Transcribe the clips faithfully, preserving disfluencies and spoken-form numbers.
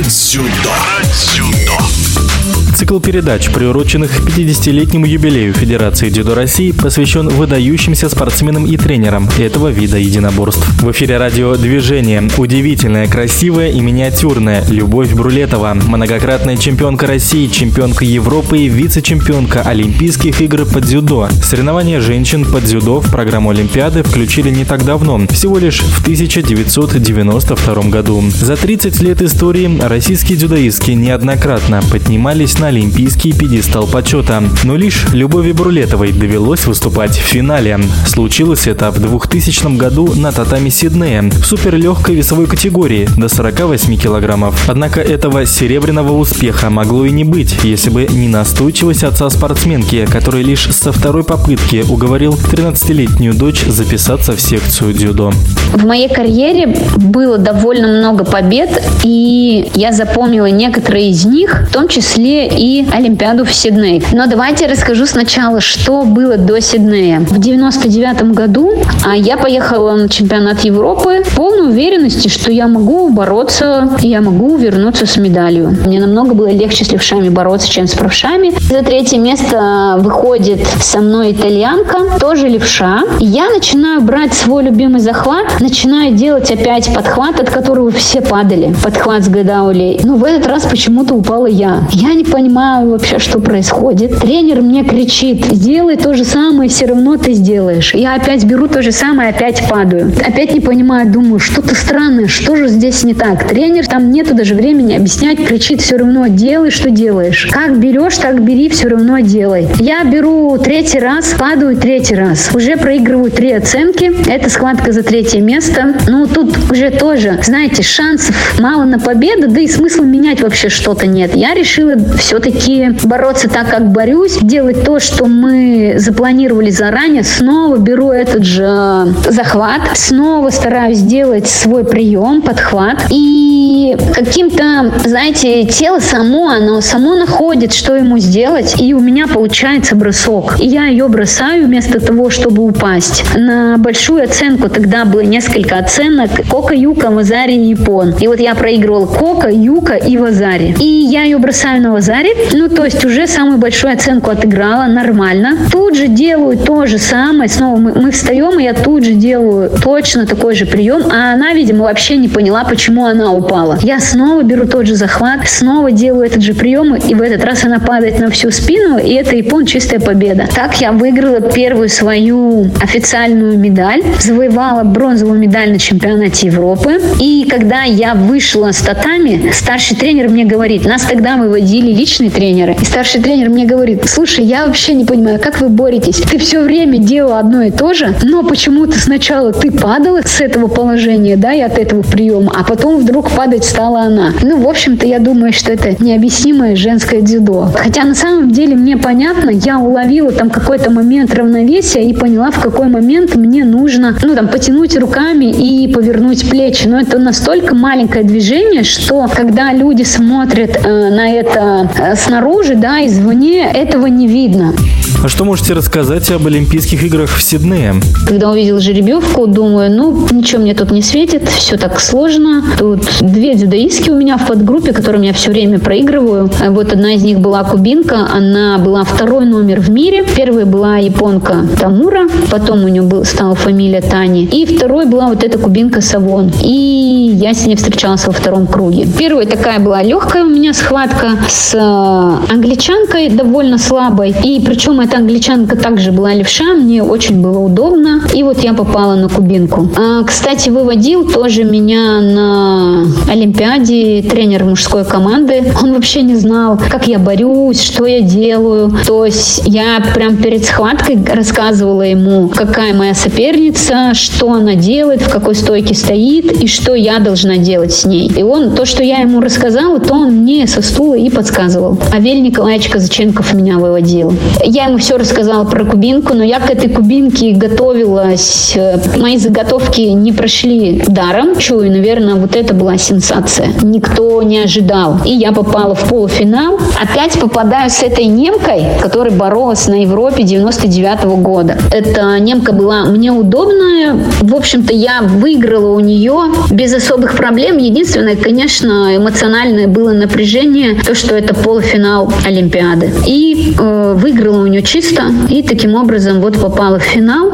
Про дзюдо. Про дзюдо. Цикл передач, приуроченных к пятидесятилетнему юбилею Федерации дзюдо России, посвящен выдающимся спортсменам и тренерам этого вида единоборств. В эфире радио «Движение». Удивительная, красивая и миниатюрная Любовь Брулетова, многократная чемпионка России, чемпионка Европы и вице-чемпионка Олимпийских игр по дзюдо. Соревнования женщин по дзюдо в программу Олимпиады включили не так давно, всего лишь в тысяча девятьсот девяносто втором году. За тридцать лет истории российские дзюдоистки неоднократно поднимались на олимпийский пьедестал почета. Но лишь Любови Брулетовой довелось выступать в финале. Случилось это в двухтысячном году на татами Сиднея в суперлегкой весовой категории до сорока восьми килограммов. Однако этого серебряного успеха могло и не быть, если бы не настойчивость отца спортсменки, который лишь со второй попытки уговорил тринадцатилетнюю дочь записаться в секцию дзюдо. В моей карьере было довольно много побед, и я запомнила некоторые из них, в том числе и Олимпиаду в Сиднее. Но давайте я расскажу сначала, что было до Сиднея. В девяносто девятом году я поехала на чемпионат Европы в полной уверенности, что я могу бороться, и я могу вернуться с медалью. Мне намного было легче с левшами бороться, чем с правшами. За третье место выходит со мной итальянка, тоже левша. И я начинаю брать свой любимый захват, начинаю делать опять подхват, от которого все падали. Подхват с гадаулей. Но в этот раз почему-то упала я. Я не понимаю вообще, что происходит. Тренер мне кричит: сделай то же самое, все равно ты сделаешь. Я опять беру то же самое, опять падаю. Опять не понимаю, думаю, что-то странное, что же здесь не так. Тренер, там нету даже времени объяснять, кричит: все равно делай, что делаешь. Как берешь, так бери, все равно делай. Я беру третий раз, падаю третий раз. Уже проигрываю три оценки. Это схватка за третье место. Ну, тут уже тоже, знаете, шансов мало на победу, да и смысла менять вообще что-то нет. Я решила все-таки бороться так, как борюсь, делать то, что мы запланировали заранее. Снова беру этот же захват, снова стараюсь сделать свой прием, подхват. И каким-то, знаете, тело само, оно само находит, что ему сделать, и у меня получается бросок. И я ее бросаю вместо того, чтобы упасть. На большую оценку тогда было несколько оценок: кока, юка, вазари и япон. И вот я проигрывала кока, юка и вазари. И я ее бросаю на вазари, ну то есть уже самую большую оценку отыграла, нормально. Тут же делаю то же самое, снова мы, мы встаем, и я тут же делаю точно такой же прием, а она, видимо, вообще не поняла, почему она упала. Я снова беру тот же захват, снова делаю этот же прием, и в этот раз она падает на всю спину, и это япон чистая победа. Так я выиграла первую свою официальную медаль, завоевала бронзовую медаль на чемпионате Европы. И когда я вышла с татами, старший тренер мне говорит, нас тогда выводили личные тренеры, и старший тренер мне говорит: слушай, я вообще не понимаю, как вы боретесь? Ты все время делала одно и то же, но почему-то сначала ты падала с этого положения, да, и от этого приема, а потом вдруг падать стала она. Ну, в общем-то, я думаю, что это необъяснимое женское дзюдо. Хотя на самом деле мне понятно, я уловила там какой-то момент равновесия и поняла, в какой момент мне нужно, ну, там, потянуть руками и повернуть плечи. Но это настолько маленькое движение, что когда люди смотрят э, на это э, снаружи, да, извне, этого не видно. А что можете рассказать об Олимпийских играх в Сиднее? Когда увидела жеребьевку, думаю, ну, ничего мне тут не светит, все так сложно. Тут две дзюдоистки у меня в подгруппе, которым я все время проигрываю. Вот одна из них была кубинка, она была второй номер в мире. Первая была японка Тамура, потом у нее был, стала фамилия Тани. И второй была вот эта кубинка Савон. И я с ней встречалась во втором круге. Первая такая была легкая у меня схватка с англичанкой, довольно слабой. И причем эта англичанка также была левша, мне очень было удобно. И вот я попала на кубинку. А, кстати, выводил тоже меня на Олимпиаде тренер мужской команды. Он вообще не знал, как я борюсь, что я делаю. То есть я прям перед схваткой рассказывала ему, какая моя соперница, что она делает, в какой стойке стоит и что я должна делать с ней. И он, то, что я ему рассказала, то он мне со стула и подсказывал. Авель Николаевич Казаченков меня выводил. Я ему все рассказала про кубинку, но я к этой кубинке готовилась. Мои заготовки не прошли даром. Чую, наверное, вот это была сенсация. Никто не ожидал. И я попала в полуфинал. Опять попадаю с этой немкой, которая боролась на Европе девяносто девятого года. Эта немка была мне удобная. В общем-то, я выиграла у нее без особых проблем. Единственное, конечно, эмоциональное было напряжение, то, что это полуфинал Олимпиады. И э, выиграла у нее чисто. И таким образом вот попала в финал.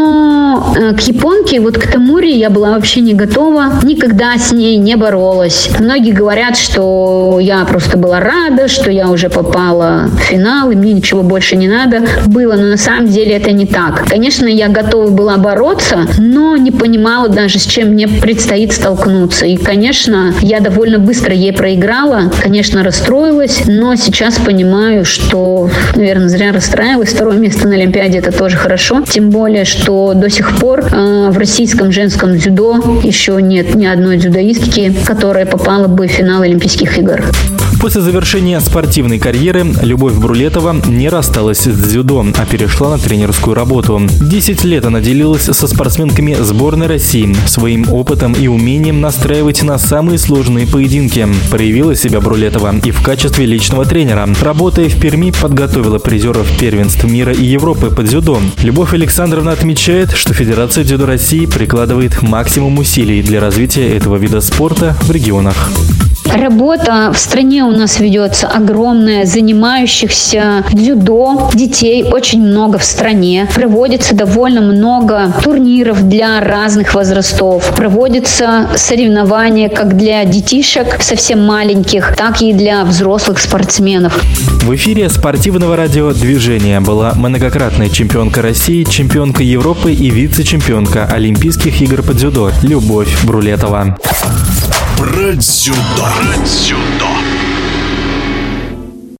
Но э, к японке, вот к Тамуре я была вообще не готова. Никогда с ней не боролась. Многие говорят, что я просто была рада, что я уже попала в финал, и мне ничего больше не надо было. Но на самом деле это не так. Конечно, я готова была бороться, но не понимала даже, с чем мне предстоит столкнуться. И, конечно, я довольно быстро ей проиграла. Конечно, расстроилась, но сейчас понимаю, что, наверное, зря расстраивалась. Второе место на Олимпиаде — это тоже хорошо. Тем более, что до сих пор э, в российском женском дзюдо еще нет ни одной дзюдоистки, которая попала бы в финал Олимпийских игр. После завершения спортивной карьеры Любовь Брулетова не рассталась с дзюдо, а перешла на тренерскую работу. Десять лет она делилась со спортсменками сборной России своим опытом и умением настраивать на самые сложные поединки. Проявила себя Брулетова и в качестве личного тренера. Работая в Перми, подготовила призеров первенств мира и Европы по дзюдо. Любовь Александровна отмечает, что Федерация дзюдо России прикладывает максимум усилий для развития этого вида спорта в регионах. Работа в стране у нас ведется огромная, занимающихся дзюдо детей очень много в стране. Проводится довольно много турниров для разных возрастов. Проводятся соревнования как для детишек совсем маленьких, так и для взрослых спортсменов. В эфире спортивного радиодвижения была многократная чемпионка России, чемпионка Европы и вице-чемпионка Олимпийских игр по дзюдо Любовь Брулетова. Про дзюдо. Про дзюдо.